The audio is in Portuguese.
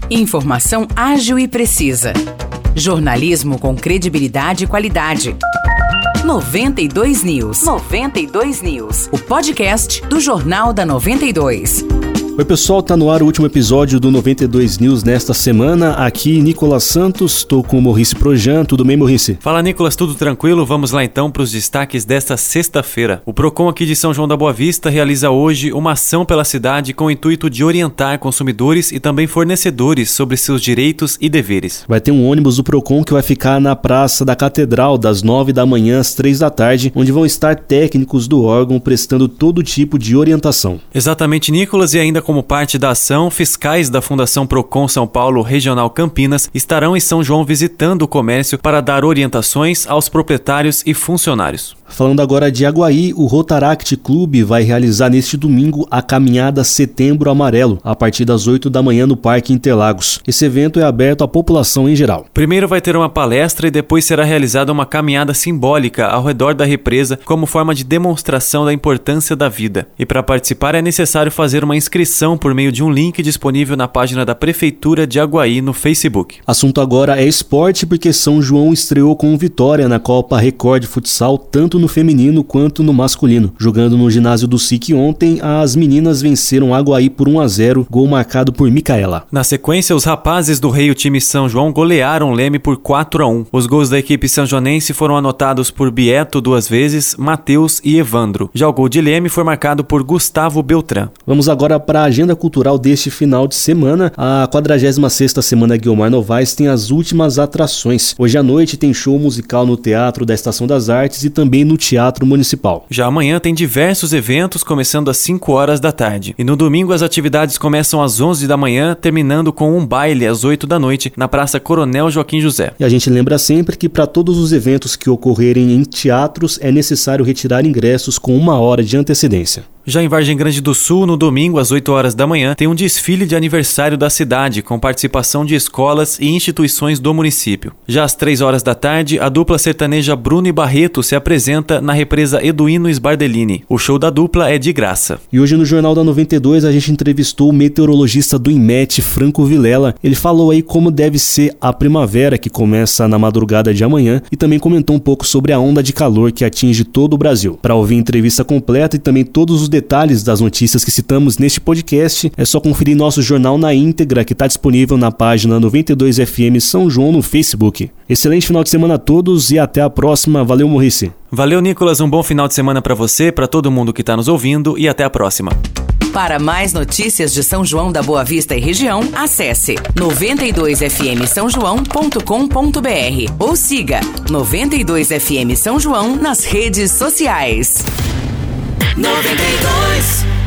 Informação ágil e precisa. Jornalismo com credibilidade e qualidade. 92 News. 92 News. O podcast do Jornal da 92. Oi pessoal, tá no ar o último episódio do 92 News nesta semana. Aqui Nicolas Santos, estou com o Maurice Projan. Tudo bem, Maurice? Fala, Nicolas, tudo tranquilo? Vamos lá então para os destaques desta sexta-feira. O Procon aqui de São João da Boa Vista realiza hoje uma ação pela cidade com o intuito de orientar consumidores e também fornecedores sobre seus direitos e deveres. Vai ter um ônibus do Procon que vai ficar na Praça da Catedral das 9 da manhã às 3 da tarde, onde vão estar técnicos do órgão prestando todo tipo de orientação. Exatamente, Nicolas, e ainda como parte da ação, fiscais da Fundação Procon São Paulo Regional Campinas estarão em São João visitando o comércio para dar orientações aos proprietários e funcionários. Falando agora de Aguaí, o Rotaract Clube vai realizar neste domingo a caminhada Setembro Amarelo, a partir das 8 da manhã no Parque Interlagos. Esse evento é aberto à população em geral. Primeiro vai ter uma palestra e depois será realizada uma caminhada simbólica ao redor da represa como forma de demonstração da importância da vida. E para participar é necessário fazer uma inscrição por meio de um link disponível na página da Prefeitura de Aguaí no Facebook. Assunto agora é esporte, porque São João estreou com vitória na Copa Record Futsal, tanto no feminino quanto no masculino. Jogando no ginásio do SIC ontem, as meninas venceram Aguaí por 1-0, gol marcado por Micaela. Na sequência, os rapazes do Rei, o time São João, golearam Leme por 4-1. Os gols da equipe sanjoanense foram anotados por Bieto 2 vezes, Matheus e Evandro. Já o gol de Leme foi marcado por Gustavo Beltrán. Vamos agora para a agenda cultural deste final de semana. A 46ª Semana Guiomar Novaes tem as últimas atrações. Hoje à noite tem show musical no Teatro da Estação das Artes e também no Teatro Municipal. Já amanhã tem diversos eventos começando às 5 horas da tarde. E no domingo as atividades começam às 11 da manhã, terminando com um baile às 8 da noite na Praça Coronel Joaquim José. E a gente lembra sempre que para todos os eventos que ocorrerem em teatros é necessário retirar ingressos com 1 hora de antecedência. Já em Vargem Grande do Sul, no domingo, às 8 horas da manhã, tem um desfile de aniversário da cidade, com participação de escolas e instituições do município. Já às 3 horas da tarde, a dupla sertaneja Bruno e Barreto se apresenta na represa Eduino Sbardellini. O show da dupla é de graça. E hoje no Jornal da 92 a gente entrevistou o meteorologista do INMET, Franco Vilela. Ele falou aí como deve ser a primavera, que começa na madrugada de amanhã, e também comentou um pouco sobre a onda de calor que atinge todo o Brasil. Para ouvir a entrevista completa e também todos os detalhes das notícias que citamos neste podcast, é só conferir nosso jornal na íntegra, que está disponível na página 92 FM São João no Facebook. Excelente final de semana a todos e até a próxima. Valeu, Maurice. Valeu, Nicolas. Um bom final de semana para você, para todo mundo que está nos ouvindo e até a próxima. Para mais notícias de São João da Boa Vista e região, acesse 92fmsaojoão.com.br ou siga 92 FM São João nas redes sociais. 92